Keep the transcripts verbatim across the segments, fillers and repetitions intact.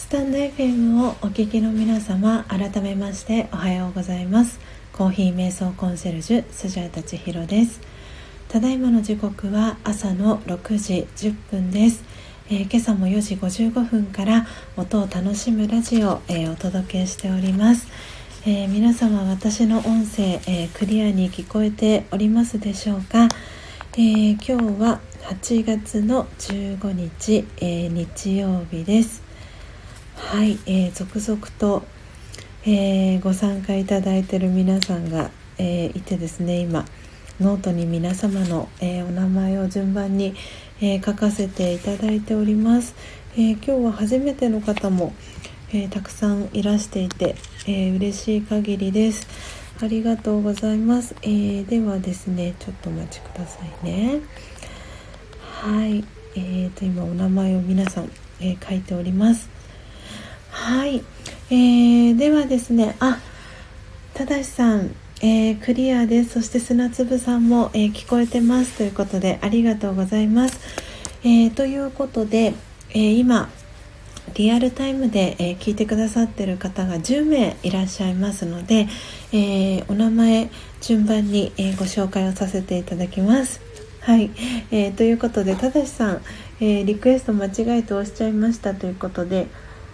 スタンド エフエム をお聞きの皆様、改めましておはようございます。コーヒー瞑想コンシェルジュスジャータ千尋です。ただいまの時刻は朝のろくじじゅっぷんです。えー、今朝もよじごじゅうごふんから音を楽しむラジオを、えー、お届けしております。えー、皆様、私の音声、えー、クリアに聞こえておりますでしょうか。えー、今日ははちがつのじゅうごにち、えー、日曜日です。はい、えー、続々と、えー、ご参加いただいている皆さんが、えー、いてですね、今ノートに皆様の、えー、お名前を順番に、えー、書かせていただいております。えー、今日は初めての方も、えー、たくさんいらしていて、えー、嬉しい限りです。ありがとうございます。えー、ではですね、ちょっとお待ちくださいね。はい、えー、と今お名前を皆さん、えー、書いております。はい、えー、ではですね、あ、ただしさん、えー、クリアです。そして砂粒さんも、えー、聞こえてますということで、ありがとうございます。えー、ということで、えー、今リアルタイムで、えー、聞いてくださっている方がじゅうめいいらっしゃいますので、えー、お名前順番に、えー、ご紹介をさせていただきます。はい、えー、ということで、ただしさん、えー、リクエスト間違えて押しちゃいましたということで、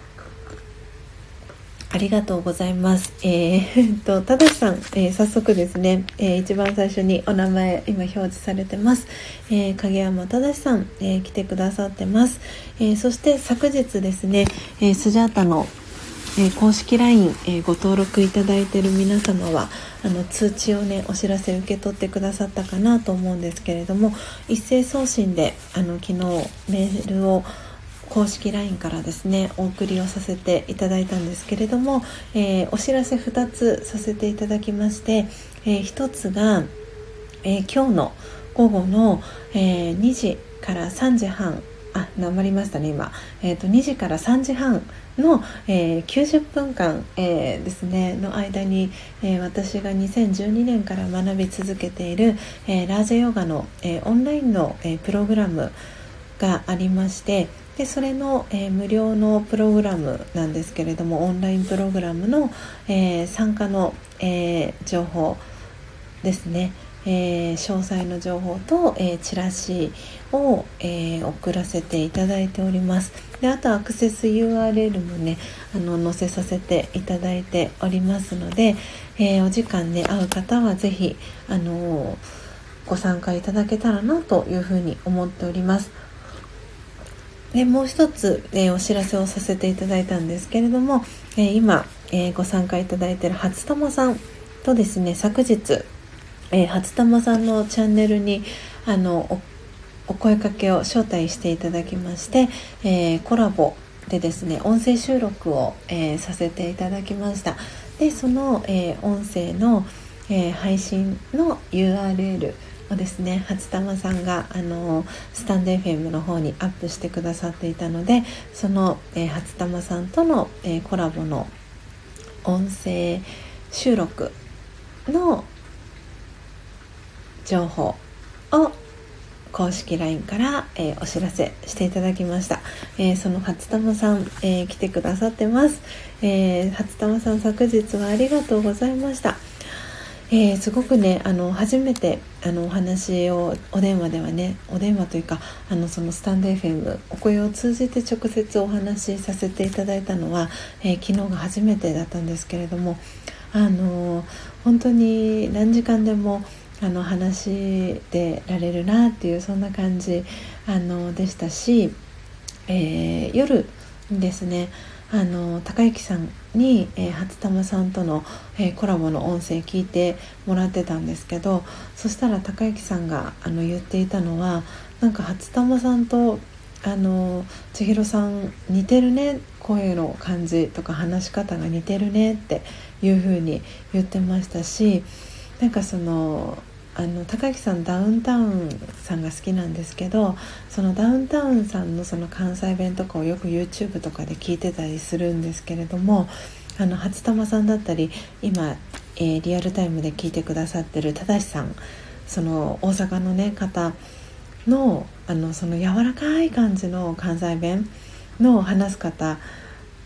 ありがとうございます。えー、とただしさん、えー、早速ですね、えー、一番最初にお名前今表示されてます。えー、影山ただしさん、えー、来てくださってます。えー、そして昨日ですね、えー、スジャータの、えー、公式 ライン、えー、ご登録いただいている皆様はあの通知をね、お知らせ受け取ってくださったかなと思うんですけれども、一斉送信であの昨日メールを公式 ライン からですね、お送りをさせていただいたんですけれども、えー、お知らせふたつさせていただきまして、えー、ひとつが、えー、今日の午後の、えー、にじからさんじはん、あ、なまりましたね今、えー、とにじからさんじはんの、えー、きゅうじゅっぷんかん、えー、ですねの間に、えー、私がにせんじゅうにねんから学び続けている、えー、ラージャヨガの、えー、オンラインの、えー、プログラムがありまして、でそれの、えー、無料のプログラムなんですけれども、オンラインプログラムの、えー、参加の、えー、情報ですね、えー、詳細の情報と、えー、チラシを、えー、送らせていただいております。であとアクセス ユーアールエル もね、あの載せさせていただいておりますので、えー、お時間ね合う方はぜひ、あのー、ご参加いただけたらなというふうに思っております。でもう一つ、えー、お知らせをさせていただいたんですけれども、えー、今、えー、ご参加いただいている初玉さんとですね、昨日、えー、初玉さんのチャンネルにあの お, お声かけを招待していただきまして、えー、コラボでですね、音声収録を、えー、させていただきました。でその、えー、音声の、えー、配信の ユーアールエルをですね、初玉さんがあのスタンド エフエム の方にアップしてくださっていたので、その、えー、初玉さんとの、えー、コラボの音声収録の情報を公式 ライン から、えー、お知らせしていただきました。えー、その初玉さん、えー、来てくださってます。えー、初玉さん、昨日はありがとうございました。えー、すごくね、あの初めてあのお話をお電話ではね、お電話というかあのそのスタンド エフエム お声を通じて直接お話しさせていただいたのは、えー、昨日が初めてだったんですけれども、あの本当に何時間でもあの話でられるなっていう、そんな感じあのでしたし、えー、夜ですね、あの高之さんに、えー、初玉さんとの、えー、コラボの音声聞いてもらってたんですけど、そしたら高之さんがあの言っていたのは、なんか初玉さんとあの千尋さん似てるね、声の感じとか話し方が似てるねっていう風に言ってましたし、なんかそのあの高木さん、ダウンタウンさんが好きなんですけど、そのダウンタウンさんのその関西弁とかをよく YouTube とかで聞いてたりするんですけれども、あの初玉さんだったり今、えー、リアルタイムで聞いてくださってるただしさん、その大阪の、ね、方の、あのその柔らかい感じの関西弁の話す方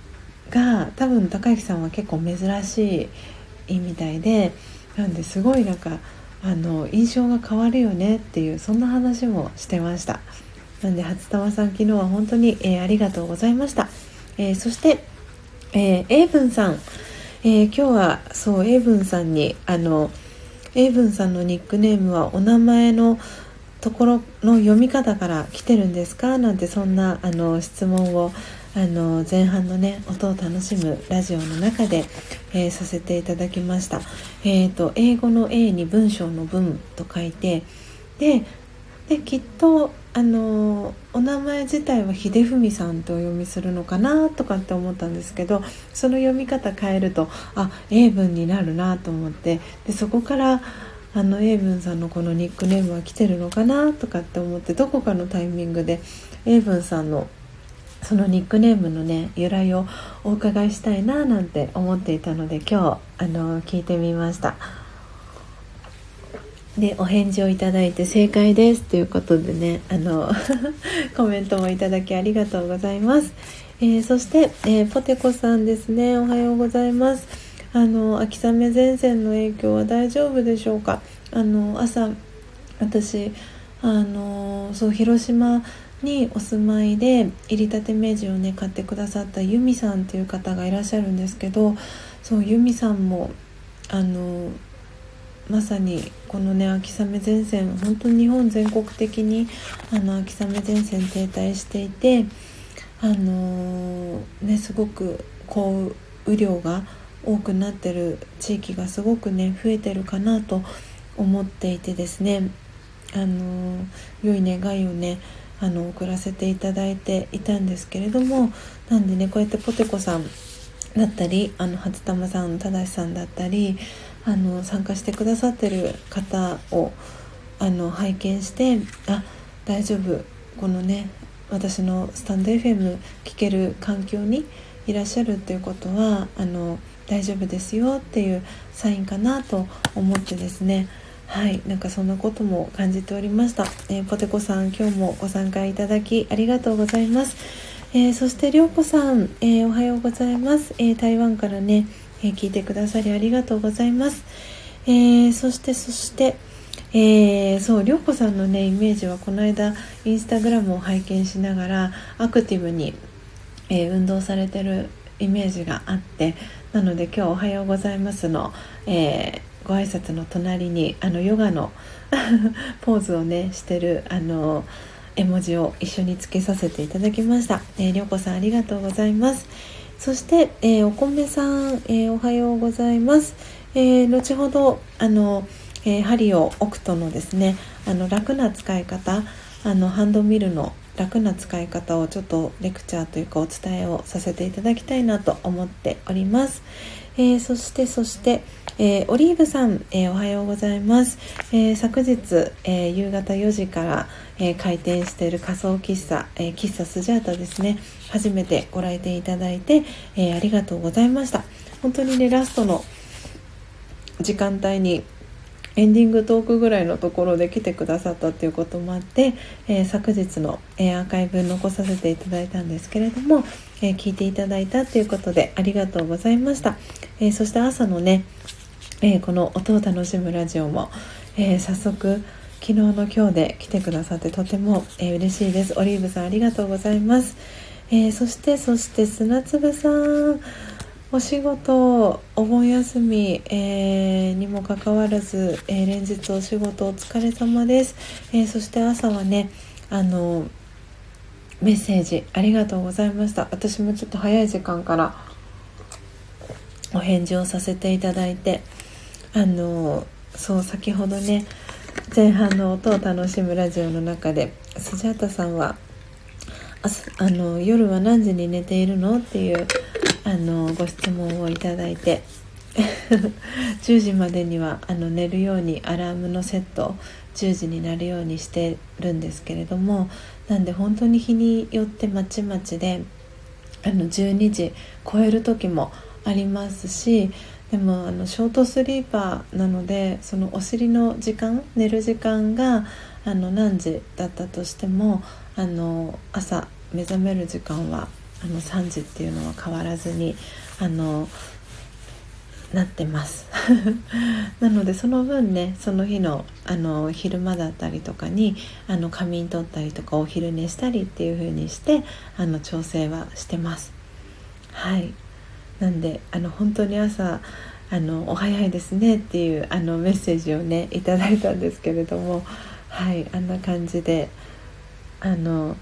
が多分高之さんは結構珍しいみたいで、なんですごいなんかあの印象が変わるよねっていう、そんな話もしてました。なんで初玉さん、昨日は本当に、えー、ありがとうございました。えー、そして、えー、英文さん、えー、今日はそう英文さんにあの英文さんのニックネームはお名前のところの読み方から来てるんですかなんて、そんなあの質問をあの前半のね音を楽しむラジオの中で、えー、させていただきました。えーと、英語の A に文章の文と書いて、でできっとあのお名前自体は秀文さんとお読みするのかなとかって思ったんですけど、その読み方変えるとあ英文になるなと思って、でそこからあの英文さんのこのニックネームは来てるのかなとかって思って、どこかのタイミングで英文さんのそのニックネームのね由来をお伺いしたいななんて思っていたので、今日あの聞いてみました。でお返事をいただいて正解ですということでね、あのコメントもいただきありがとうございます。えー、そして、えー、ポテコさんですね、おはようございます。あの秋雨前線の影響は大丈夫でしょうか。あの朝私あのそう広島にお住まいで入りたて明治をね買ってくださったユミさんという方がいらっしゃるんですけど、そうユミさんもあのまさにこのね秋雨前線、本当に日本全国的にあの秋雨前線停滞していて、あのー、ねすごくこう雨量が多くなってる地域がすごくね増えてるかなと思っていてですね、あのー、良い願いをねあの送らせていただいていたんですけれども、なんでねこうやってポテコさんだったりあの初玉さん、ただしさんだったりあの参加してくださってる方をあの拝見して、あ大丈夫、このね私のスタンド エフエム 聞ける環境にいらっしゃるっていうことはあの大丈夫ですよっていうサインかなと思ってですね、はい、なんかそんなことも感じておりました。えー、ポテコさん、今日もご参加いただきありがとうございます。えー、そしてりょうこさん、えー、おはようございます。えー、台湾からね、えー、聞いてくださりありがとうございます。えー、そしてそしてえー、そうりょうこさんのねイメージはこの間インスタグラムを拝見しながらアクティブに、えー、運動されてるイメージがあって、なので今日おはようございますの、えー、ご挨拶の隣にあのヨガのポーズをねしてるあの絵文字を一緒につけさせていただきました。えー、りょうこさんありがとうございます。そして、えー、お米さん、えー、おはようございます。えー、後ほどあのえー、針を置くとのですねあの楽な使い方、あのハンドミルの楽な使い方をちょっとレクチャーというかお伝えをさせていただきたいなと思っております。えー、そしてそして、えー、オリーブさん、えー、おはようございます。えー、昨日、えー、夕方よじから、えー、開店している仮想喫茶、えー、喫茶スジャータですね、初めてご来店いただいて、えー、ありがとうございました。本当にねラストの時間帯にエンディングトークぐらいのところで来てくださったということもあって、えー、昨日の、えー、アーカイブ残させていただいたんですけれども、えー、聞いていただいたということでありがとうございました。えー、そして朝のね、えー、この音を楽しむラジオも、えー、早速昨日の今日で来てくださってとても、えー、嬉しいです。オリーブさんありがとうございます。えー、そしてそして砂粒さん、お仕事お盆休み、えー、にもかかわらず、えー、連日お仕事お疲れ様です。えー、そして朝はねあのメッセージありがとうございました。私もちょっと早い時間からお返事をさせていただいて、あのそう先ほどね前半の音を楽しむラジオの中でスジャータさんはああの夜は何時に寝ているのっていうあのご質問をいただいてじゅうじまでにはあの寝るようにアラームのセットじゅうじになるようにしてるんですけれども、なんで本当に日によってまちまちであのじゅうにじ超える時もありますし、でもあのショートスリーパーなのでそのお尻の時間寝る時間があの何時だったとしてもあの朝目覚める時間はあのさんじっていうのは変わらずにあのなってますなのでその分ね、その日のあの昼間だったりとかにあの仮眠取ったりとかお昼寝したりっていう風にしてあの調整はしてます。はい。なんであの本当に朝あのお早いですねっていうあのメッセージをねいただいたんですけれども、はい、あんな感じであの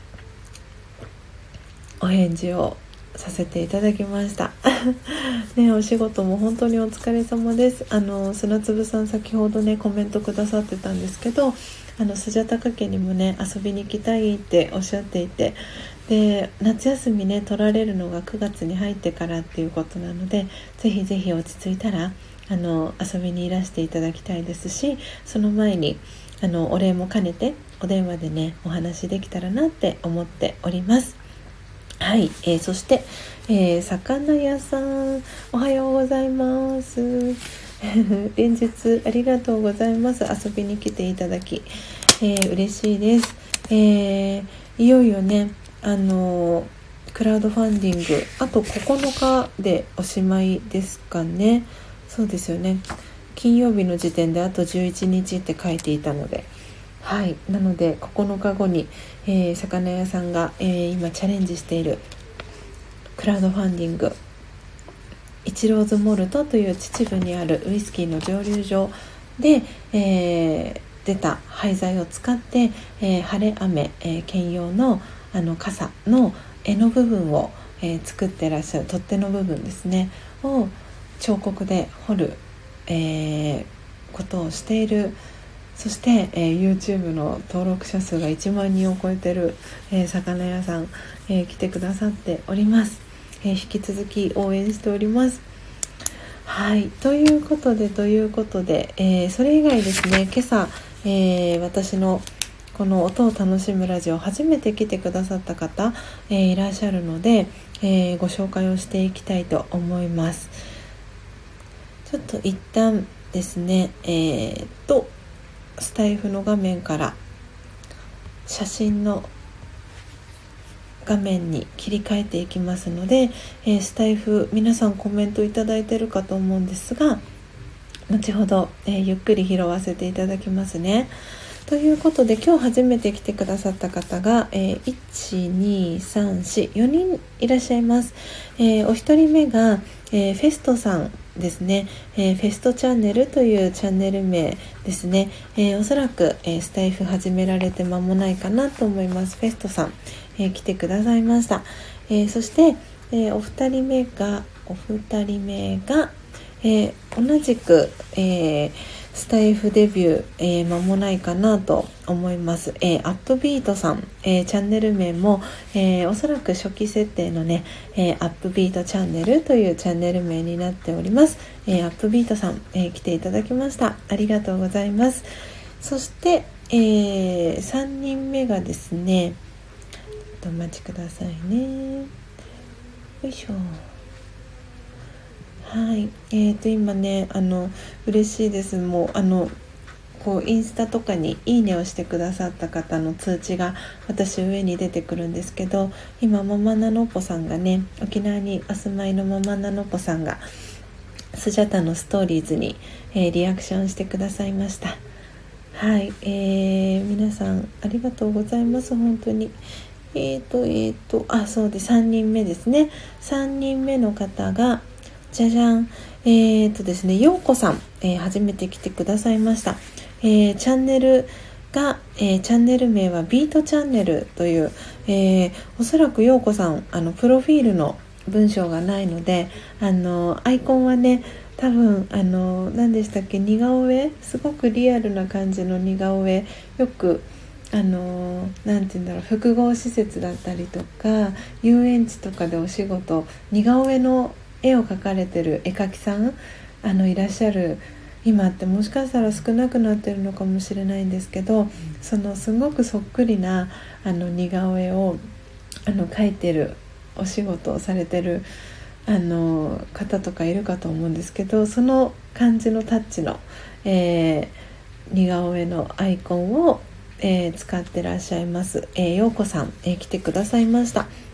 お返事をさせていただきましたね。お仕事も本当にお疲れ様です。あの砂粒さん先ほどねコメントくださってたんですけど、あのスジャタカ家にもね遊びに行きたいっておっしゃっていて、で夏休みね取られるのがくがつに入ってからっていうことなので、ぜひぜひ落ち着いたらあの遊びにいらしていただきたいですし、その前にあのお礼も兼ねてお電話でねお話できたらなって思っております。はい、えー、そして、えー、魚屋さんおはようございます連日ありがとうございます。遊びに来ていただき、えー、嬉しいです。えー、いよいよねあのー、クラウドファンディングあとここのかでおしまいですかね。そうですよね、金曜日の時点であとじゅういちにちって書いていたので、はい、なのでここのかごに、えー、魚屋さんが、えー、今チャレンジしているクラウドファンディングイチローズモルトという秩父にあるウイスキーの蒸留所で、えー、出た廃材を使って、えー、晴れ雨、えー、兼用の、あの傘の柄の部分を、えー、作ってらっしゃる取っ手の部分ですねを彫刻で彫る、えー、ことをしている。そして、えー、YouTube の登録者数がいちまんにんを超えてる、えー、魚屋さん、えー、来てくださっております。えー、引き続き応援しております。はい、ということでということで、えー、それ以外ですね、今朝、えー、私のこの音を楽しむラジオ初めて来てくださった方、えー、いらっしゃるので、えー、ご紹介をしていきたいと思います。ちょっと一旦ですね、えー、っとスタイフの画面から写真の画面に切り替えていきますので、えー、スタイフ皆さんコメントいただいているかと思うんですが、後ほど、えー、ゆっくり拾わせていただきますね。ということで今日初めて来てくださった方が、えー、いち、に、さん、よん、よにんいらっしゃいます。えー、お一人目が、えー、フェストさんですね、えー、フェストチャンネルというチャンネル名ですね。えー、おそらく、えー、スタイフ始められて間もないかなと思います。フェストさん、えー、来てくださいました。えー、そして、えー、お二人目がお二人目が、えー、同じく、えー、スタイフデビュー、えー、間もないかなと思います。えー、アップビートさん、えー、チャンネル名も、えー、おそらく初期設定のね、えー、アップビートチャンネルというチャンネル名になっております。えー、アップビートさん、えー、来ていただきました。ありがとうございます。そして、えー、さんにんめがですね、お待ちくださいね。よいしょ。はい、えーと今ねあの嬉しいです。もうあのこうインスタとかにいいねをしてくださった方の通知が私上に出てくるんですけど、今ママナノポさんがね、沖縄にお住まいのママナノポさんがスジャタのストーリーズに、えー、リアクションしてくださいました。はい、えー、皆さんありがとうございます。本当にえーとえーとあそうでさんにんめですね。さんにんめの方がじゃじゃん、えーとですね、ようこさん、えー、初めて来てくださいました。えー、チャンネルが、えー、チャンネル名はビートチャンネルという、えー、おそらくようこさんあのプロフィールの文章がないので、あのアイコンはね多分あの何でしたっけ、似顔絵、すごくリアルな感じの似顔絵、よくあのなんて言うんだろう、複合施設だったりとか遊園地とかでお仕事、似顔絵の絵を描かれてる絵描きさんあのいらっしゃる。今ってもしかしたら少なくなってるのかもしれないんですけど、そのすごくそっくりなあの似顔絵をあの描いてるお仕事をされてるあの方とかいるかと思うんですけど、その感じのタッチの、えー、似顔絵のアイコンを、えー、使ってらっしゃいます、えー、ようこさん、えー、来てくださいました。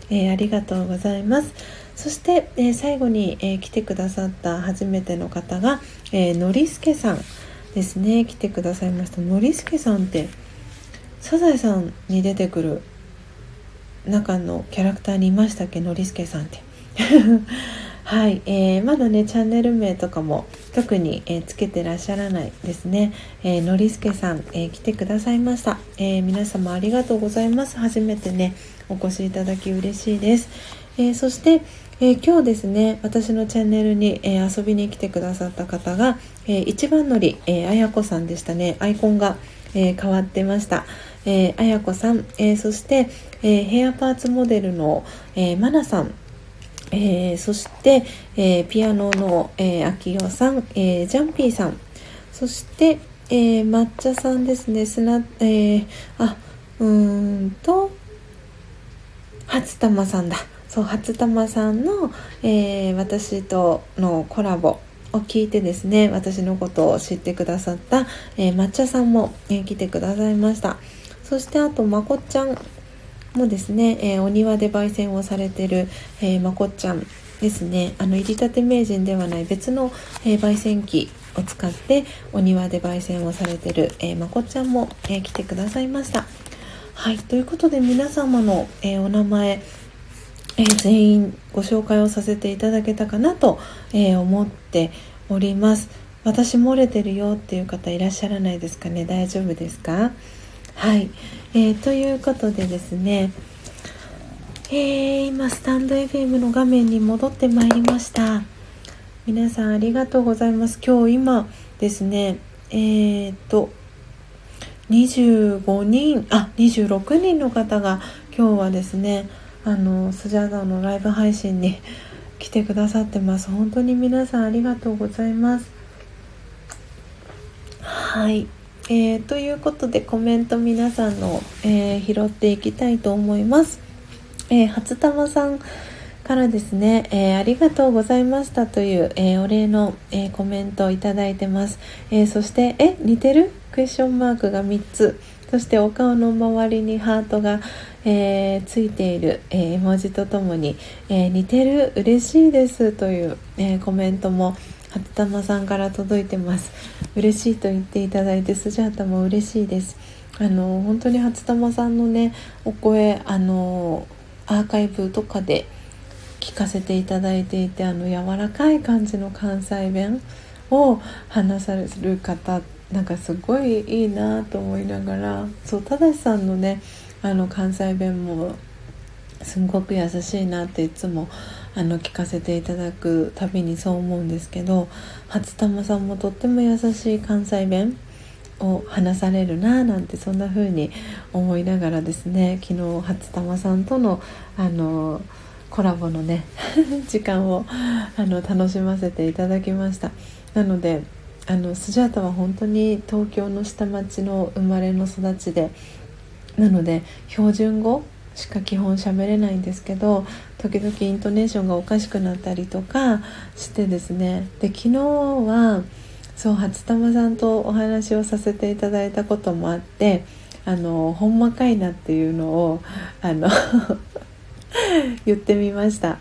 えー、ありがとうございます。そして、えー、最後に、えー、来てくださった初めての方が、えー、のりすけさんですね。来てくださいました。のりすけさんってサザエさんに出てくる中のキャラクターにいましたっけ、のりすけさんってはい、えー、まだねチャンネル名とかも特に、えー、つけてらっしゃらないですね。えー、のりすけさん、えー、来てくださいました。えー、皆様ありがとうございます。初めてねお越しいただき嬉しいです。えー、そして、えー、今日ですね私のチャンネルに、えー、遊びに来てくださった方が、えー、一番乗り、えー、あやこさんでしたね。アイコンが、えー、変わってました。えー、あやこさん、えー、そして、えー、ヘアパーツモデルの、えー、まなさん、えー、そして、えー、ピアノの、えー、あきよさん、えー、ジャンピーさん、そして、えー、抹茶さんですね。すな、えー、あ、うーんと初玉さんだ。そう、初玉さんの、えー、私とのコラボを聞いてですね、私のことを知ってくださった、えー、抹茶さんも、えー、来てくださいました。そしてあとまこっちゃんもですね、えー、お庭で焙煎をされている、えー、まこっちゃんですね。あの入りたて名人ではない別の、えー、焙煎機を使ってお庭で焙煎をされている、えー、まこっちゃんも、えー、来てくださいました。はい、ということで皆様の、えー、お名前、えー、全員ご紹介をさせていただけたかなと、えー、思っております。私漏れてるよっていう方いらっしゃらないですかね。大丈夫ですか？はい、えー、ということでですね、えー、今スタンド エフエム の画面に戻ってまいりました。皆さんありがとうございます。今日今ですね、えー、っとにじゅうごにん、あ、にじゅうろくにんの方が今日はですね、あのスジャータのライブ配信に来てくださってます。本当に皆さんありがとうございます。はい、えー、ということでコメント皆さんの、えー、拾っていきたいと思います。えー、初玉さんからですね、えー、ありがとうございましたという、えー、お礼の、えー、コメントをいただいてます。えー、そしてえ似てるクエスチョンマークがみっつ、そしてお顔の周りにハートが、えー、ついている、えー、絵文字とともに、えー、似てる嬉しいですという、えー、コメントも初玉さんから届いてます。嬉しいと言っていただいてスジャータも嬉しいです。あの本当に初玉さんのねお声、あのアーカイブとかで聞かせていただいていて、あの柔らかい感じの関西弁を話される方、なんかすごいいいなと思いながら、そうただしさんのねあの関西弁もすごく優しいなっていつもあの聞かせていただくたびにそう思うんですけど、初玉さんもとっても優しい関西弁を話されるななんて、そんな風に思いながらですね、昨日初玉さんとのあのコラボのね時間をあの楽しませていただきました。なのであのスジャータは本当に東京の下町の生まれの育ちで、なので標準語しか基本喋れないんですけど、時々イントネーションがおかしくなったりとかしてですね、で昨日はそう初玉さんとお話をさせていただいたこともあって、あのほんまかいなっていうのをあの言ってみました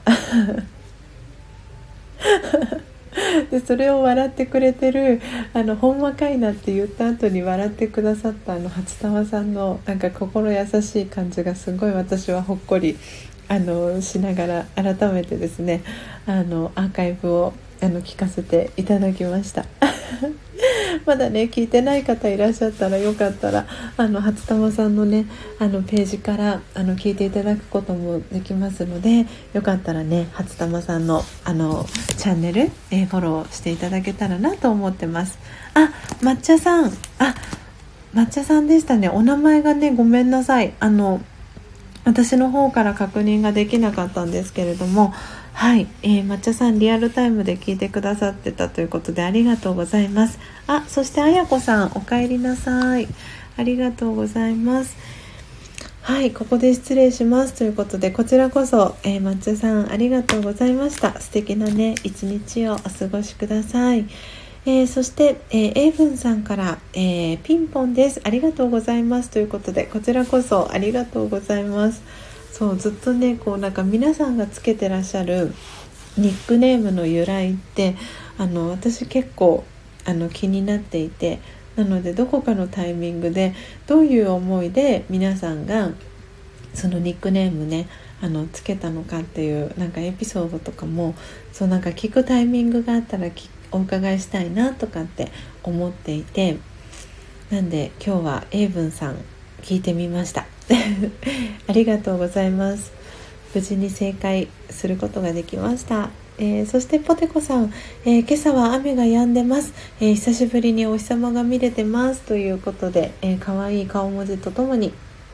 でそれを笑ってくれてる、あのほんまかいなって言った後に笑ってくださったあの初玉さんのなんか心優しい感じがすごい私はほっこりあのしながら改めてですね、あのアーカイブをあの聞かせていただきましたまだね聞いてない方いらっしゃったらよかったらあの初玉さんのねあのページからあの聞いていただくこともできますので、よかったらね初玉さんのあのチャンネル、えー、フォローしていただけたらなと思ってます。あ、抹茶さん、あ、抹茶さんでしたね。お名前がねごめんなさい、あの私の方から確認ができなかったんですけれども、はい、えー、抹茶さんリアルタイムで聞いてくださってたということでありがとうございます。あ、そしてあやこさんお帰りなさい、ありがとうございます。はい、ここで失礼しますということで、こちらこそ、えー、抹茶さんありがとうございました。素敵なね一日をお過ごしください。えー、そして、えー、エイブンさんから、えー、ピンポンです、ありがとうございますということで、こちらこそありがとうございます。 そうずっとねこうなんか皆さんがつけてらっしゃるニックネームの由来ってあの私結構あの気になっていて、なのでどこかのタイミングでどういう思いで皆さんがそのニックネームねあのつけたのかっていうなんかエピソードとかもそうなんか聞くタイミングがあったらお伺いしたいなとかって思っていて、なんで今日は英文さん聞いてみましたありがとうございます。無事に正解することができました。えー、そしてポテコさん、えー、今朝は雨が止んでます、えー、久しぶりにお日様が見れてますということで、えー、かわいい顔文字とともに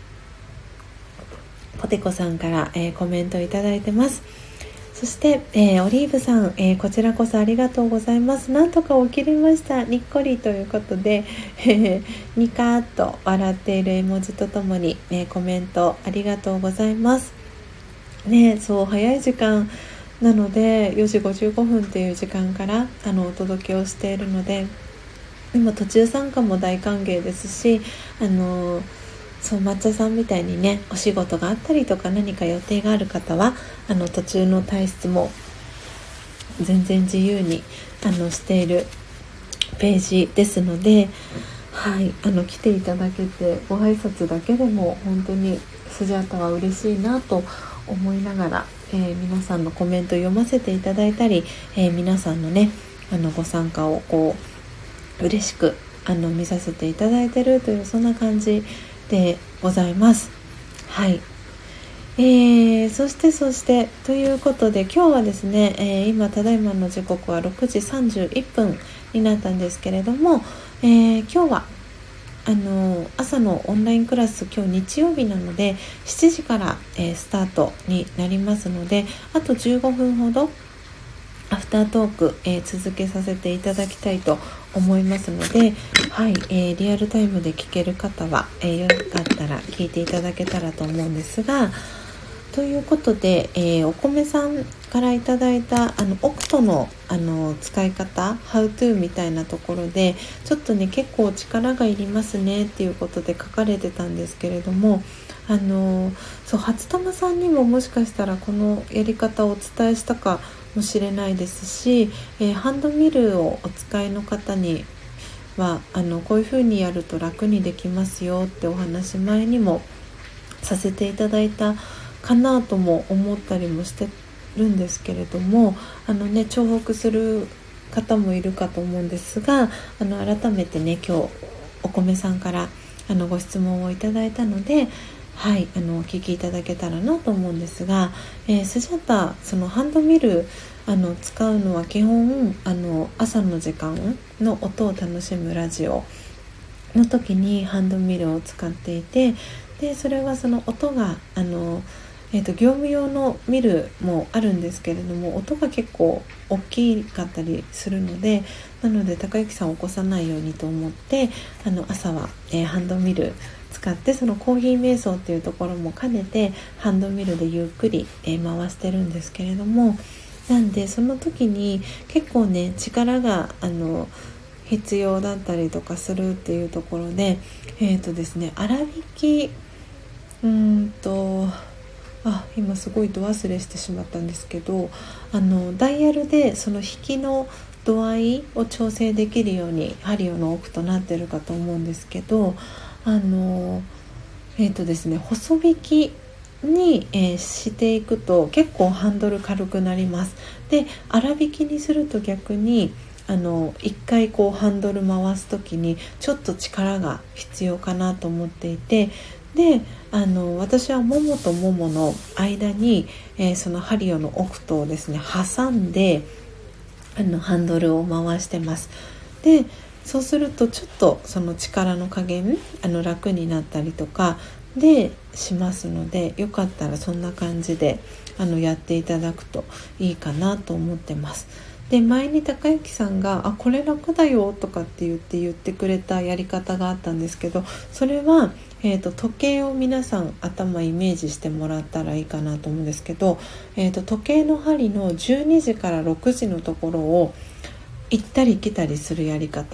ポテコさんから、えー、コメントいただいてます。そして、えー、オリーブさん、えー、こちらこそありがとうございます。なんとか起きれました。にっこりということで、えー、ニカーッと笑っている絵文字とともに、えー、コメントありがとうございますね。そう早い時間なのでよじごじゅうごふんっていう時間からあのお届けをしているので、今途中参加も大歓迎ですし、あのそう抹茶さんみたいにねお仕事があったりとか何か予定がある方はあの途中の退出も全然自由にあのしているページですので、はい、あの来ていただけてご挨拶だけでも本当にスジャータは嬉しいなと思いながら、えー、皆さんのコメント読ませていただいたり、えー、皆さんのねあのご参加をこう嬉しくあの見させていただいているというそんな感じでございます。はい、えー、そしてそしてということで今日はですね、えー、今ただいまの時刻はろくじさんじゅういっぷんになったんですけれども、えー、今日はあの朝のオンラインクラス今日日曜日なのでしちじから、えー、スタートになりますので、あとじゅうごふんほどアフタートーク、えー、続けさせていただきたいと思いますので、はい、えー、リアルタイムで聞ける方は、えー、よかったら聞いていただけたらと思うんですが、ということで、えー、お米さんからいただいたあのオクトの、あの使い方 How to みたいなところでちょっとね結構力がいりますねっていうことで書かれてたんですけれども、あのそう初玉さんにももしかしたらこのやり方をお伝えしたかもしれないですし、えー、ハンドミルをお使いの方にはあのこういう風にやると楽にできますよってお話前にもさせていただいたかなとも思ったりもしてるんですけれども、あのね重複する方もいるかと思うんですが、あの改めてね今日お米さんからあのご質問をいただいたので、はい、あのお聞きいただけたらなと思うんですが、えー、スジャタそのハンドミルあの使うのは基本あの朝の時間の音を楽しむラジオの時にハンドミルを使っていて、でそれはその音があの、えーと、業務用のミルもあるんですけれども音が結構大きかったりするので、なので高之さんを起こさないようにと思ってあの朝は、えー、ハンドミル使ってそのコーヒー瞑想っていうところも兼ねてハンドミルでゆっくり、えー、回してるんですけれども、なんでその時に結構ね力があの必要だったりとかするっていうところで、えーとですね粗挽きうーんとあ今すごい度忘れしてしまったんですけど、あのダイヤルでその引きの度合いを調整できるように針の奥となってるかと思うんですけど、あのえーとですね細引きに、えー、していくと結構ハンドル軽くなります。で粗挽きにすると逆にあの一回こうハンドル回す時にちょっと力が必要かなと思っていて、であの私はももとももの間に、えー、そのハリオのオクトをですね挟んであのハンドルを回してます。でそうするとちょっとその力の加減あの楽になったりとかでしますので、よかったらそんな感じであのやっていただくといいかなと思ってます。で前に高之さんがあこれ楽だよとかって言って言ってくれたやり方があったんですけど、それは、えーと、時計を皆さん頭イメージしてもらったらいいかなと思うんですけど、えーと、時計の針のじゅうにじからろくじのところを行ったり来たりするやり方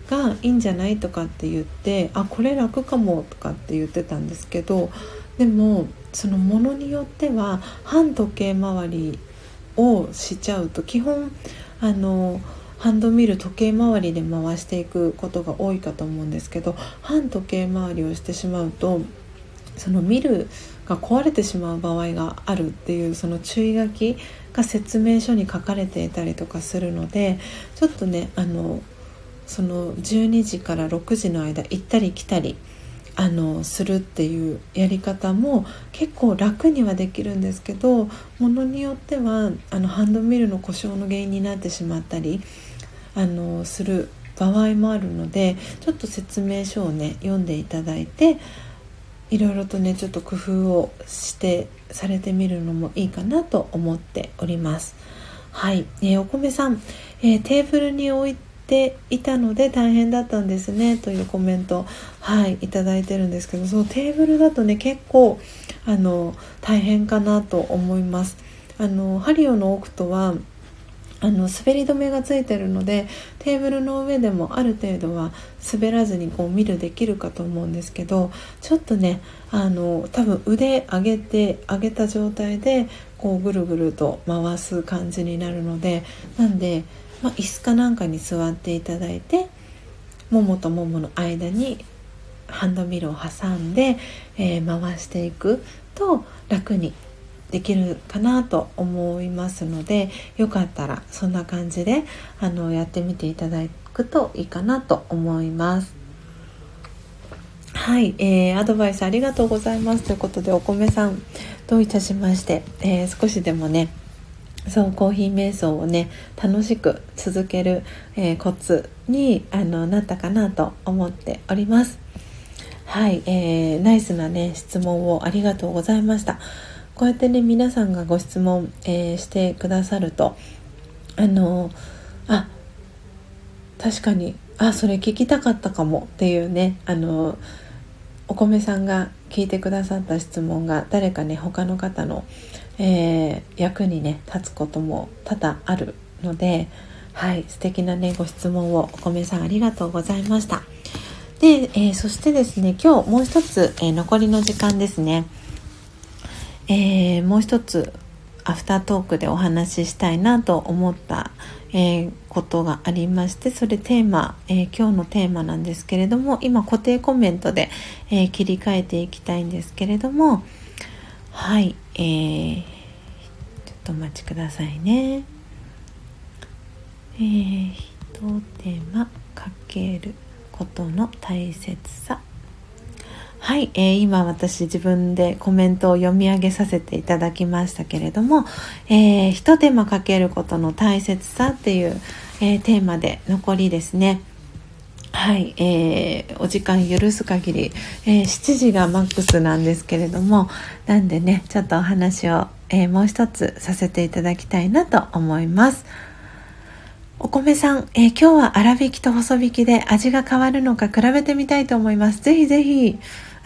がいいんじゃないとかって言って、あこれ楽かもとかって言ってたんですけど、でもそのものによっては反時計回りをしちゃうと、基本あのハンドミル時計回りで回していくことが多いかと思うんですけど、反時計回りをしてしまうとそのミルが壊れてしまう場合があるっていう、その注意書きが説明書に書かれていたりとかするので、ちょっとねあのそのじゅうにじからろくじの間行ったり来たりあのするっていうやり方も結構楽にはできるんですけど、ものによってはあのハンドミルの故障の原因になってしまったりあのする場合もあるので、ちょっと説明書をね読んでいただいて、いろいろとねちょっと工夫をしてされてみるのもいいかなと思っております。はい、えー、お米さん、えー、テーブルに置いていたので大変だったんですねというコメント、はい、いただいてるんですけど、そのテーブルだとね結構あの大変かなと思います。あのハリオのオクトはあの滑り止めがついてるので、テーブルの上でもある程度は滑らずにこうミルできるかと思うんですけど、ちょっとねあの多分腕上げて上げた状態でこうぐるぐると回す感じになるので、なんで、まあ、椅子かなんかに座っていただいて、ももとももの間にハンドミルを挟んで、えー、回していくと楽にできるかなと思いますので、よかったらそんな感じであのやってみていただくといいかなと思います。はい、えー、アドバイスありがとうございますということで、お米さんどういたしまして、えー、少しでもねそうコーヒー瞑想をね楽しく続ける、えー、コツにあのなったかなと思っております。はい、えー、ナイスなね質問をありがとうございました。こうやってね皆さんがご質問、えー、してくださると、あのあ確かにあそれ聞きたかったかもっていうね、あのお米さんが聞いてくださった質問が誰かね他の方の、えー、役にね立つことも多々あるので、はい素敵なねご質問をお米さんありがとうございました。で、えー、そしてですね今日もう一つ、えー、残りの時間ですね、えー、もう一つアフタートークでお話ししたいなと思った、えー、ことがありまして、それテーマ、えー、今日のテーマなんですけれども、今固定コメントで、えー、切り替えていきたいんですけれども、はい、えー、ちょっとお待ちくださいね。えー、一手間かけることの大切さ。はい、えー、今私自分でコメントを読み上げさせていただきましたけれども、えー、一手間かけることの大切さっていう、えー、テーマで残りですね、はい、えー、お時間許す限り、えー、しちじがマックスなんですけれども、なんでねちょっとお話を、えー、もう一つさせていただきたいなと思います。お米さん、えー、今日は粗挽きと細挽きで味が変わるのか比べてみたいと思います。ぜひぜひ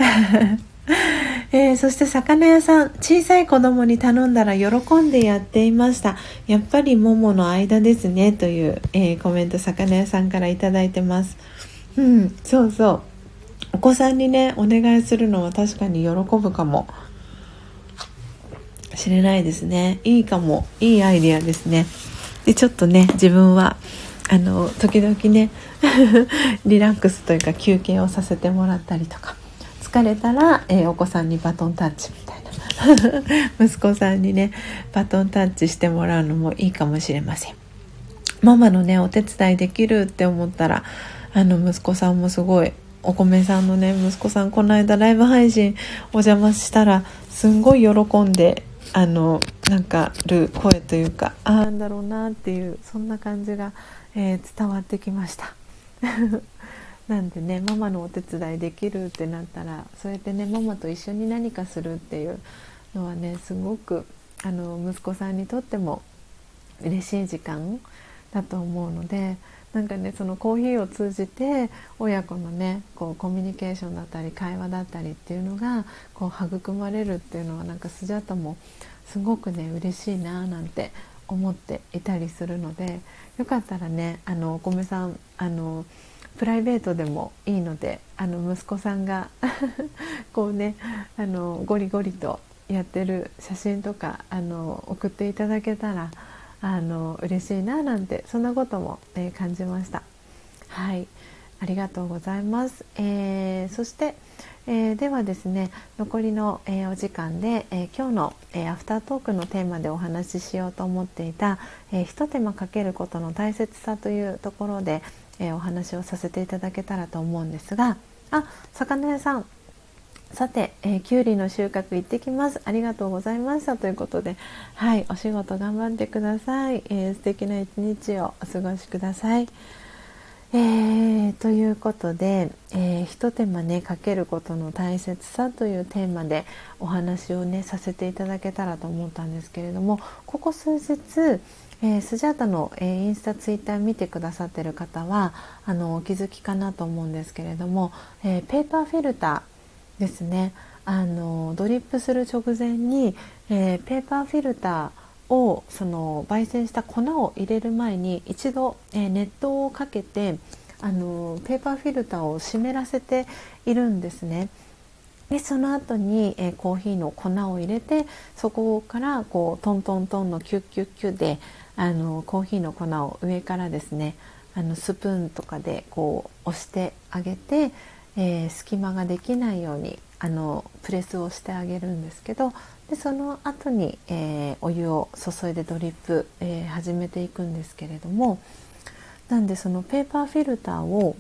えー、そして魚屋さん、小さい子供に頼んだら喜んでやっていました。やっぱりももの間ですねという、えー、コメント魚屋さんからいただいてます。うん、そうそう、お子さんにねお願いするのは確かに喜ぶかもしれないですね。いいかも、いいアイデアですね。でちょっとね自分はあの時々ねリラックスというか休憩をさせてもらったりとか、疲れたら、えー、お子さんにバトンタッチみたいな息子さんにねバトンタッチしてもらうのもいいかもしれません。ママのねお手伝いできるって思ったら、あの息子さんもすごい、お米さんのね息子さんこの間ライブ配信お邪魔したらすんごい喜んで、あのなんかる声というか、あなんだろうなっていう、そんな感じが、えー、伝わってきましたなんでねママのお手伝いできるってなったら、そうやってねママと一緒に何かするっていうのはねすごくあの息子さんにとっても嬉しい時間だと思うので、なんかねそのコーヒーを通じて親子のねこうコミュニケーションだったり会話だったりっていうのがこう育まれるっていうのは、なんかスジャタもすごくね嬉しいななんて思っていたりするので、よかったらねあのお米さんあのプライベートでもいいので、あの息子さんがこうね、あのゴリゴリとやってる写真とかあの送っていただけたらあの嬉しいななんて、そんなことも、えー感じました。はい、ありがとうございます。えーそして、えーではですね、残りの、えーお時間で、えー今日の、えーアフタートークのテーマでお話ししようと思っていた、えー一手間かけることの大切さというところで、えーお話をさせていただけたらと思うんですが、あ、魚屋さん、さて、えー、きゅうりの収穫行ってきます。ありがとうございましたということで、はい、お仕事頑張ってください。えー素敵な一日をお過ごしください。えー、ということで、えー、一手間ねかけることの大切さというテーマでお話をねさせていただけたらと思ったんですけれども、ここ数日、えー、スジャータの、えー、インスタツイッター見てくださってる方はあのお気づきかなと思うんですけれども、えー、ペーパーフィルターですね、あのドリップする直前に、えー、ペーパーフィルターをその焙煎した粉を入れる前に一度、えー熱湯をかけてあのペーパーフィルターを湿らせているんですね。でその後に、えーコーヒーの粉を入れて、そこからこうトントントンのキュッキュッキュであのコーヒーの粉を上からですね、あのスプーンとかでこう押してあげて、えー隙間ができないようにあのプレスをしてあげるんですけど、でその後に、えーお湯を注いでドリップ、えー始めていくんですけれども、なんでそのペーパーフィルターを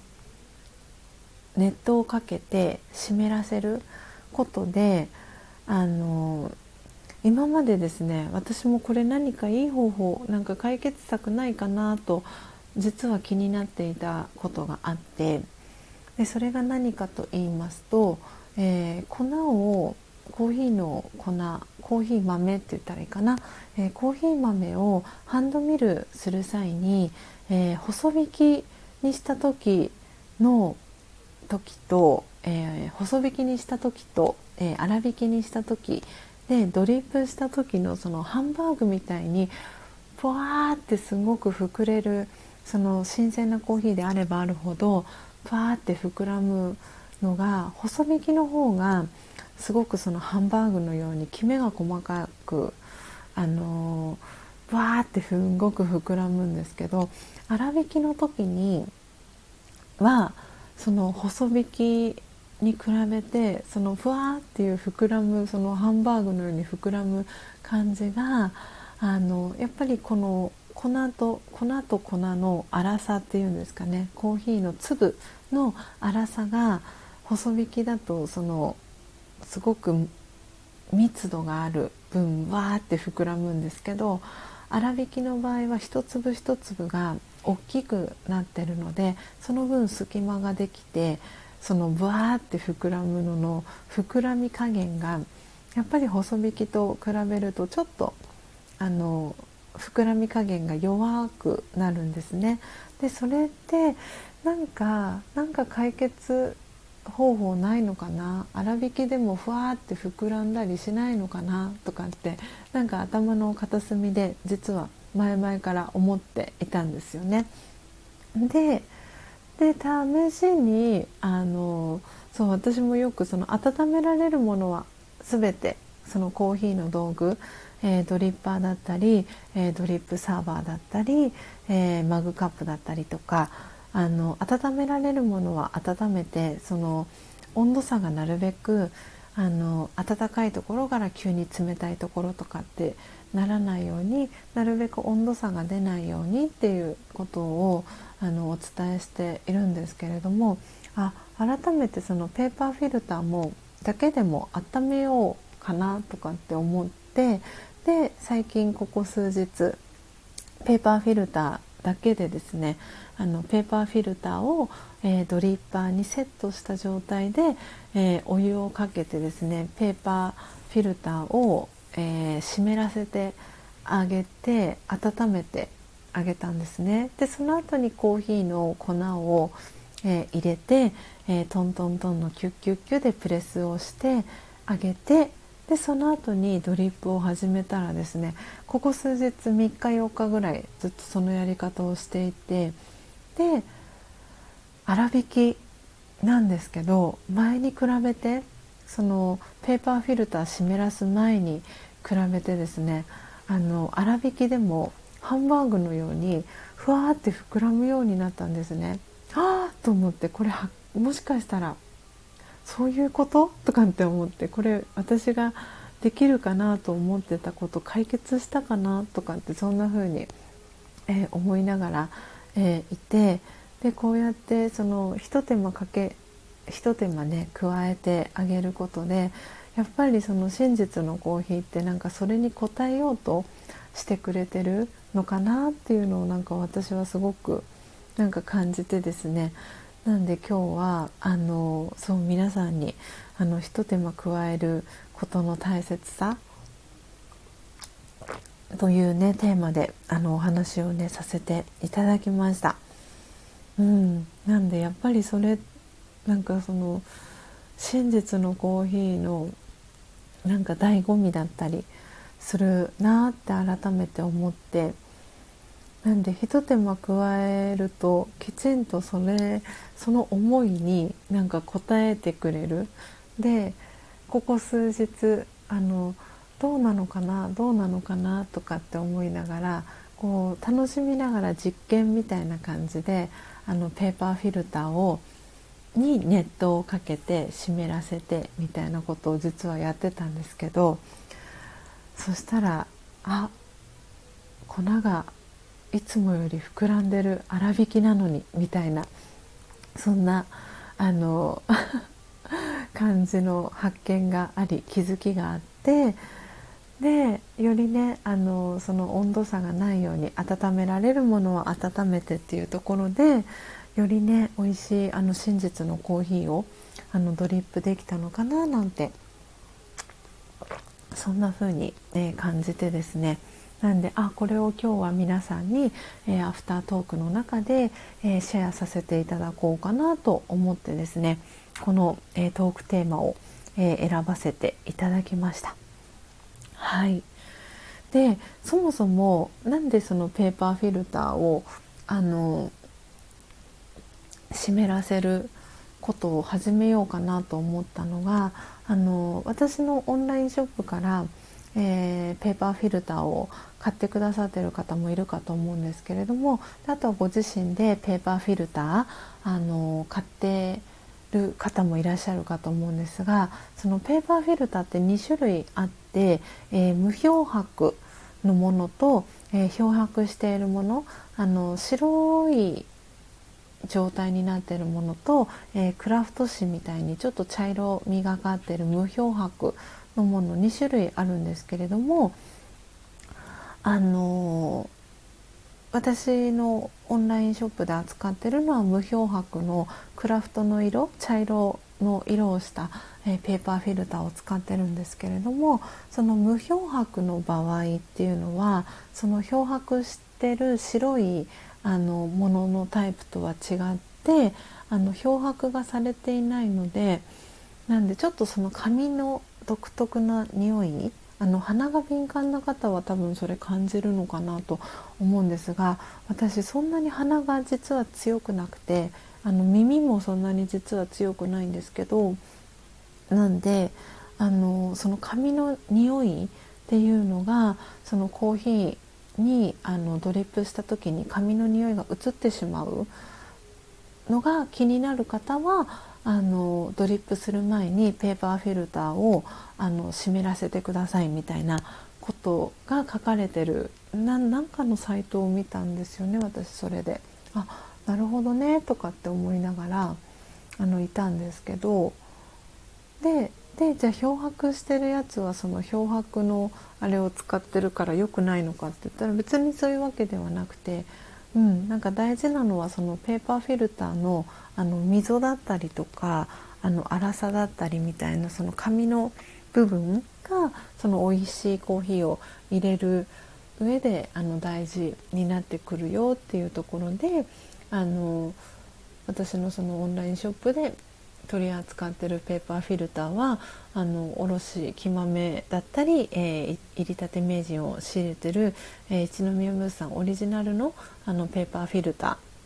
熱湯をかけて湿らせることで、あの今までですね、私もこれ何かいい方法、なんか解決策ないかなと実は気になっていたことがあって、でそれが何かと言いますと、えー粉をコーヒーの粉、コーヒー豆って言ったらいいかな、えーコーヒー豆をハンドミルする際に、えー細引きにした時の時と、えー細引きにした時と、えー粗挽きにした時でドリップした時のそのハンバーグみたいにふわーってすごく膨れる、その新鮮なコーヒーであればあるほどふわーって膨らむのが、細引きの方がすごくそのハンバーグのようにきめが細かく、あのー、わーってすごく膨らむんですけど、粗挽きの時にはその細引きに比べてそのふわーっていう膨らむ、そのハンバーグのように膨らむ感じが、あのやっぱりこの粉と粉と粉の粗さっていうんですかね、コーヒーの粒の粗さが細引きだとそのすごく密度がある分わーって膨らむんですけど、粗挽きの場合は一粒一粒が大きくなってるので、その分隙間ができて、そのブワーって膨らむのの膨らみ加減がやっぱり細引きと比べるとちょっとあの膨らみ加減が弱くなるんですね。でそれってなんかなんか解決方法ないのかな、粗挽きでもふわーって膨らんだりしないのかなとかって、なんか頭の片隅で実は前々から思っていたんですよね。でで試しにあのそう私もよくその温められるものは全てそのコーヒーの道具、えードリッパーだったり、えードリップサーバーだったり、えーマグカップだったりとか、あの温められるものは温めて、その温度差がなるべくあの暖かいところから急に冷たいところとかってならないように、なるべく温度差が出ないようにっていうことをあのお伝えしているんですけれども、あ改めてそのペーパーフィルターもだけでも温めようかなとかって思って、で最近ここ数日ペーパーフィルターだけでですね、あのペーパーフィルターを、えードリッパーにセットした状態で、えーお湯をかけてですね、ペーパーフィルターを、えー湿らせてあげて温めてあげたんですね。でその後にコーヒーの粉を、えー入れて、えートントントンのキュッキュッキュでプレスをしてあげて、でその後にドリップを始めたらですね、ここ数日みっかよっかぐらいずっとそのやり方をしていて、で粗挽きなんですけど、前に比べてそのペーパーフィルター湿らす前に比べてですね、あの粗挽きでもハンバーグのようにふわーって膨らむようになったんですね。あーと思って、これはもしかしたらそういうこととかって思って、これ私ができるかなと思ってたこと解決したかなとかって、そんな風に、えー思いながら、えーいて、でこうやってその一手間かけ一手間ね加えてあげることで、やっぱりその真実のコーヒーってなんかそれに応えようとしてくれてるのかなっていうのを、なんか私はすごくなんか感じてですね。なんで今日はあのそう皆さんにあの一手間加えることの大切さというねテーマであのお話をねさせていただきました。うん、なんでやっぱりそれなんかその真実のコーヒーのなんか醍醐味だったりするなって改めて思って、なんで一手間加えるときちんとそれその思いになんか応えてくれる。でここ数日あのどうなのかなどうなのかなとかって思いながら、こう楽しみながら実験みたいな感じであのペーパーフィルターをに熱湯をかけて湿らせてみたいなことを実はやってたんですけど、そしたらあ粉がいつもより膨らんでる、粗挽きなのにみたいな、そんなあの感じの発見があり、気づきがあって、でよりねあのその温度差がないように、温められるものは温めてっていうところで、よりね美味しいあの真実のコーヒーをあのドリップできたのかななんて、そんな風に、えー感じてですね。なんであこれを今日は皆さんに、えーアフタートークの中で、えーシェアさせていただこうかなと思ってですね、この、えートークテーマを、えー選ばせていただきました。はい。でそもそもなんでそのペーパーフィルターをあの湿らせることを始めようかなと思ったのが、あの私のオンラインショップから、えーペーパーフィルターを買ってくださっている方もいるかと思うんですけれども、あとはご自身でペーパーフィルターあの買ってる方もいらっしゃるかと思うんですが、そのペーパーフィルターってに種類あって、えー無漂白のものと、えー漂白しているもの、あの白い状態になっているものと、えークラフト紙みたいにちょっと茶色みがかっている無漂白のものに種類あるんですけれども、あのー私のオンラインショップで扱っているのは無漂白のクラフトの色、茶色の色をした、えーペーパーフィルターを使ってるんですけれども、その無漂白の場合っていうのは、その漂白してる白いあのもののタイプとは違って、あの漂白がされていないので、なんでちょっとその紙の独特な匂い、あの鼻が敏感な方は多分それ感じるのかなと思うんですが、私そんなに鼻が実は強くなくて、あの耳もそんなに実は強くないんですけど、なんであのその紙の匂いっていうのがそのコーヒーにあのドリップした時に紙の匂いが移ってしまうのが気になる方は、あのドリップする前にペーパーフィルターをあの湿らせてくださいみたいなことが書かれてるな、なんかのサイトを見たんですよね。私それであなるほどねとかって思いながらあのいたんですけど、ででじゃあ漂白してるやつはその漂白のあれを使ってるから良くないのかって言ったら、別にそういうわけではなくて、うん、なんか大事なのはそのペーパーフィルターの、あの溝だったりとか、あの粗さだったりみたいな、その紙の部分がその美味しいコーヒーを入れる上であの大事になってくるよっていうところで、あの私のそのオンラインショップで取り扱っているペーパーフィルターは、あのおろし木豆だったり、えー、入りたて名人を仕入れてる、えー、一宮物産オリジナルの、あのペーパーフィルタ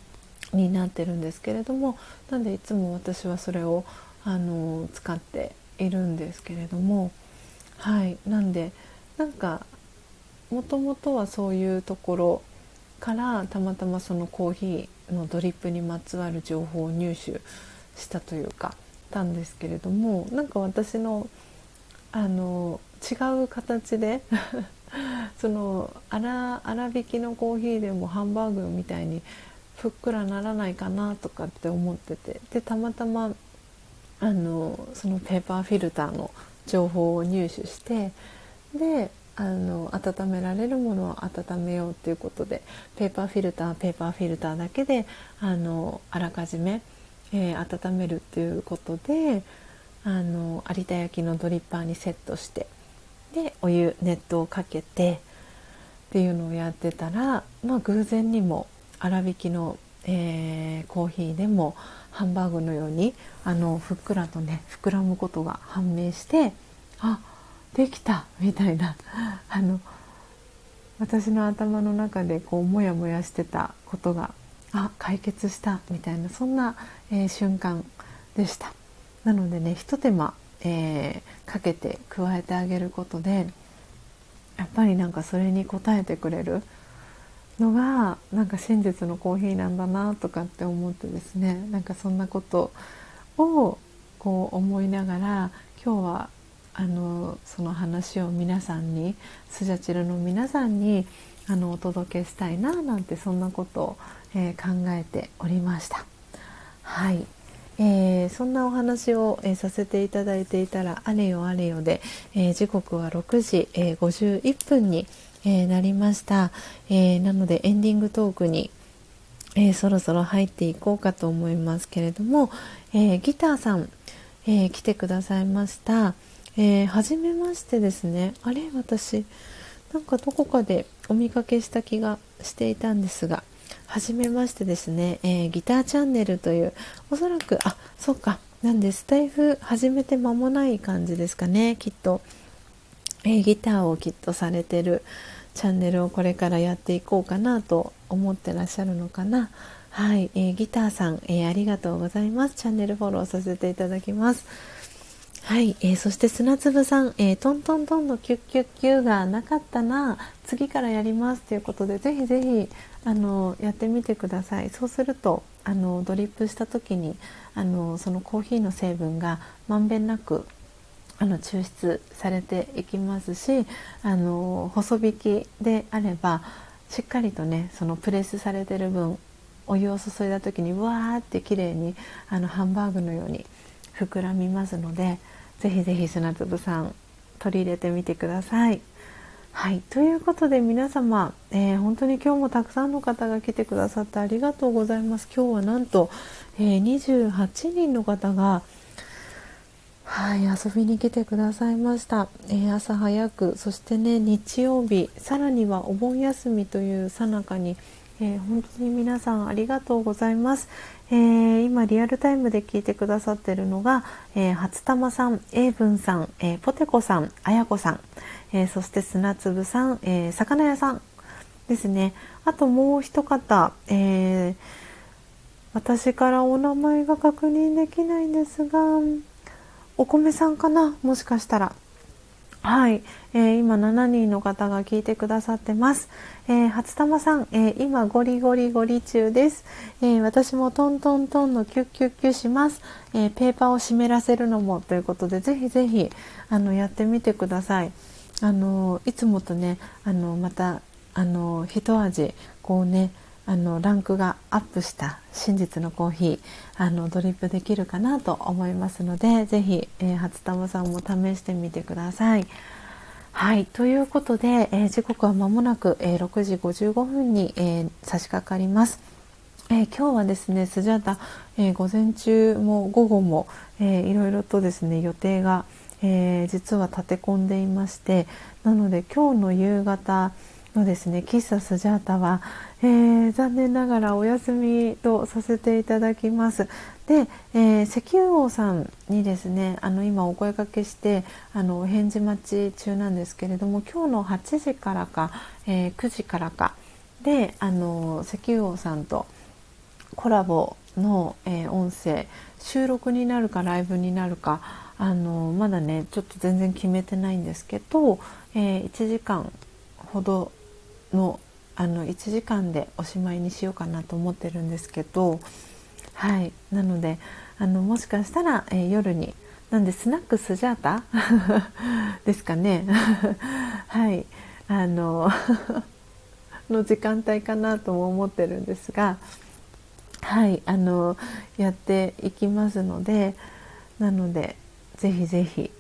になってるんですけれども、なんでいつも私はそれをあの使っているんですけれども、はい、なんでなんかもともとはそういうところからたまたまそのコーヒーのドリップにまつわる情報を入手したというかたんですけれども、なんか私のあの違う形でその粗粗挽きのコーヒーでもハンバーグみたいにふっくらならないかなとかって思ってて、でたまたまあのそのペーパーフィルターの情報を入手して、であの温められるものは温めようということで、ペーパーフィルターペーパーフィルターだけであのあらかじめ、えー、温めるっていうことで、あの有田焼のドリッパーにセットして、でお湯熱湯をかけてっていうのをやってたら、まあ、偶然にも粗挽きの、えー、コーヒーでもハンバーグのようにあのふっくらとね膨らむことが判明して、あ、できたみたいなあの私の頭の中でこうモヤモヤしてたことがあ解決したみたいな、そんな、えー、瞬間でした。なのでね、ひと手間、えー、かけて加えてあげることで、やっぱりなんかそれに応えてくれるのがなんか真実のコーヒーなんだなとかって思ってですね、なんかそんなことをこう思いながら、今日はあのその話を皆さんに、スジャチルの皆さんにあのお届けしたいななんて、そんなことを、えー、考えておりました。はい、えー、そんなお話を、えー、させていただいていたら、あれよあれよで、えー、時刻はろくじ、えー、ごじゅういっぷんに、えー、なりました。えー、なのでエンディングトークに、えー、そろそろ入っていこうかと思いますけれども、えー、ギターさん、えー、来てくださいました。えー、初めましてですね。あれ、私なんかどこかでお見かけした気がしていたんですが、はじめましてですね、えー、ギターチャンネルという、おそらくあそうかなんでスタイフ始めて間もない感じですかね、きっと、えー、ギターをきっとされてるチャンネルをこれからやっていこうかなと思ってらっしゃるのかな。はい、えー、ギターさん、えー、ありがとうございます。チャンネルフォローさせていただきます。はい、えー、そして砂粒さん、えー、トントントンのキュッキュッキュがなかったな、次からやりますということで、ぜひぜひあのやってみてください。そうするとあのドリップした時にあのそのコーヒーの成分がまんべんなくあの抽出されていきますし、あの細引きであればしっかりとね、そのプレスされてる分、お湯を注いだ時にわーって綺麗にあのハンバーグのように膨らみますので、ぜひぜひ砂粒さん取り入れてみてください。はい、ということで皆様、えー、本当に今日もたくさんの方が来てくださってありがとうございます。今日はなんと、えー、にじゅうはちにんの方がはい、遊びに来てくださいました。えー、朝早く、そしてね、日曜日、さらにはお盆休みという最中に、えー、本当に皆さんありがとうございます。えー、今リアルタイムで聞いてくださっているのが、えー、初玉さん、英文さん、えー、ポテコさん、あやこさん、えー、そして砂粒さん、えー、魚屋さんですね。あともう一方、えー、私からお名前が確認できないんですが、お米さんかな、もしかしたら。はい、えー、今しちにんの方が聞いてくださってます。えー、初玉さん、えー、今ゴリゴリゴリ中です。えー、私もトントントンのキュッキュッキュします。えー、ペーパーを湿らせるのもということで、ぜひぜひあのやってみてください。あのいつもとね、あのまたあの一味こうね、あのランクがアップした真実のコーヒー、あのドリップできるかなと思いますので、ぜひ、えー、初玉さんも試してみてください。はい、ということで、えー、時刻は間もなく、えー、ろくじごじゅうごふんに、えー、差し掛かります。えー、今日はですね、スジャータ、えー、午前中も午後も、えー、いろいろとですね予定が、えー、実は立て込んでいまして、なので今日の夕方のですね喫茶スジャータは、えー、残念ながらお休みとさせていただきます。で、えー、石油王さんにですね、あの今お声掛けしてあのお返事待ち中なんですけれども、今日のはちじからか、えー、くじからかで、あの石油王さんとコラボの、えー、音声収録になるかライブになるか、あのまだねちょっと全然決めてないんですけど、えー、いちじかんほどのあのいちじかんでおしまいにしようかなと思ってるんですけど、はい、なのであのもしかしたら、えー、夜になんでスナックスジャータですかねはいあのの時間帯かなとも思ってるんですが、はいあのやっていきますので、なのでぜひぜひ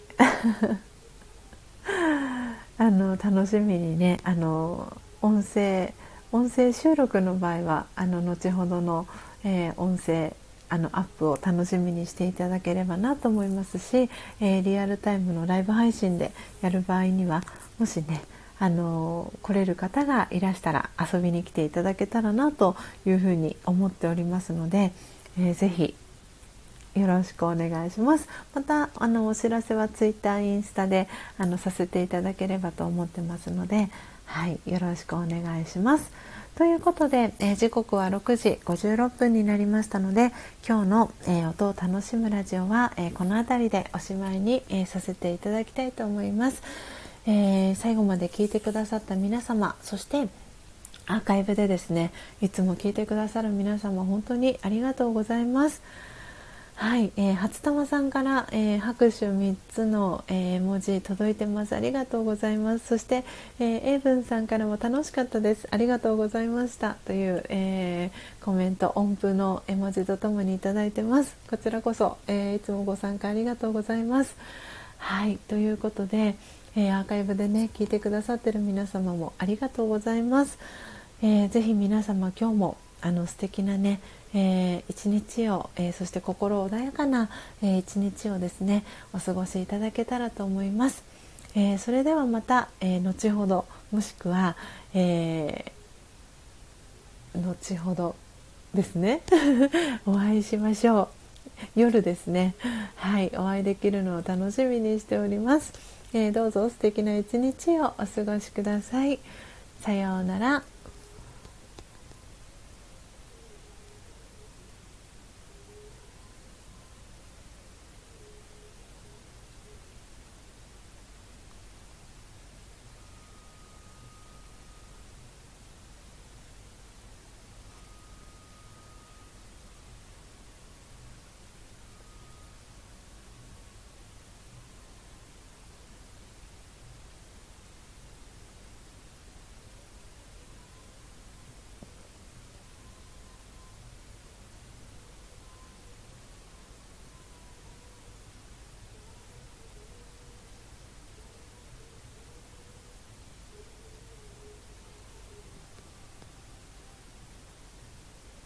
あの楽しみにね、あの音声音声収録の場合はあの後ほどの、えー、音声あのアップを楽しみにしていただければなと思いますし、えー、リアルタイムのライブ配信でやる場合にはもしねあの来れる方がいらしたら遊びに来ていただけたらなというふうに思っておりますので、えー、ぜひよろしくお願いします。またあのお知らせはツイッター、インスタであのさせていただければと思ってますので、はい、よろしくお願いします。ということで、えー、時刻はろくじごじゅうろっぷんになりましたので、今日の、えー、音を楽しむラジオは、えー、この辺りでおしまいに、えー、させていただきたいと思います。えー、最後まで聞いてくださった皆様、そしてアーカイブでですねいつも聞いてくださる皆様、本当にありがとうございます。はい、えー、初玉さんから、えー、拍手みっつの、えー、文字届いてます。ありがとうございます。そして、えー、エイブンさんからも楽しかったです、ありがとうございましたという、えー、コメント、音符の絵文字とともにいただいてます。こちらこそ、えー、いつもご参加ありがとうございます。はい、ということで、えー、アーカイブでね聞いてくださってる皆様もありがとうございます。えー、ぜひ皆様今日もあの素敵なね、えー、一日を、えー、そして心穏やかな、えー、一日をですねお過ごしいただけたらと思います。えー、それではまた、えー、後ほどもしくは、えー、後ほどですねお会いしましょう。夜ですね、はい、お会いできるのを楽しみにしております。えー、どうぞ素敵な一日をお過ごしください。さようなら。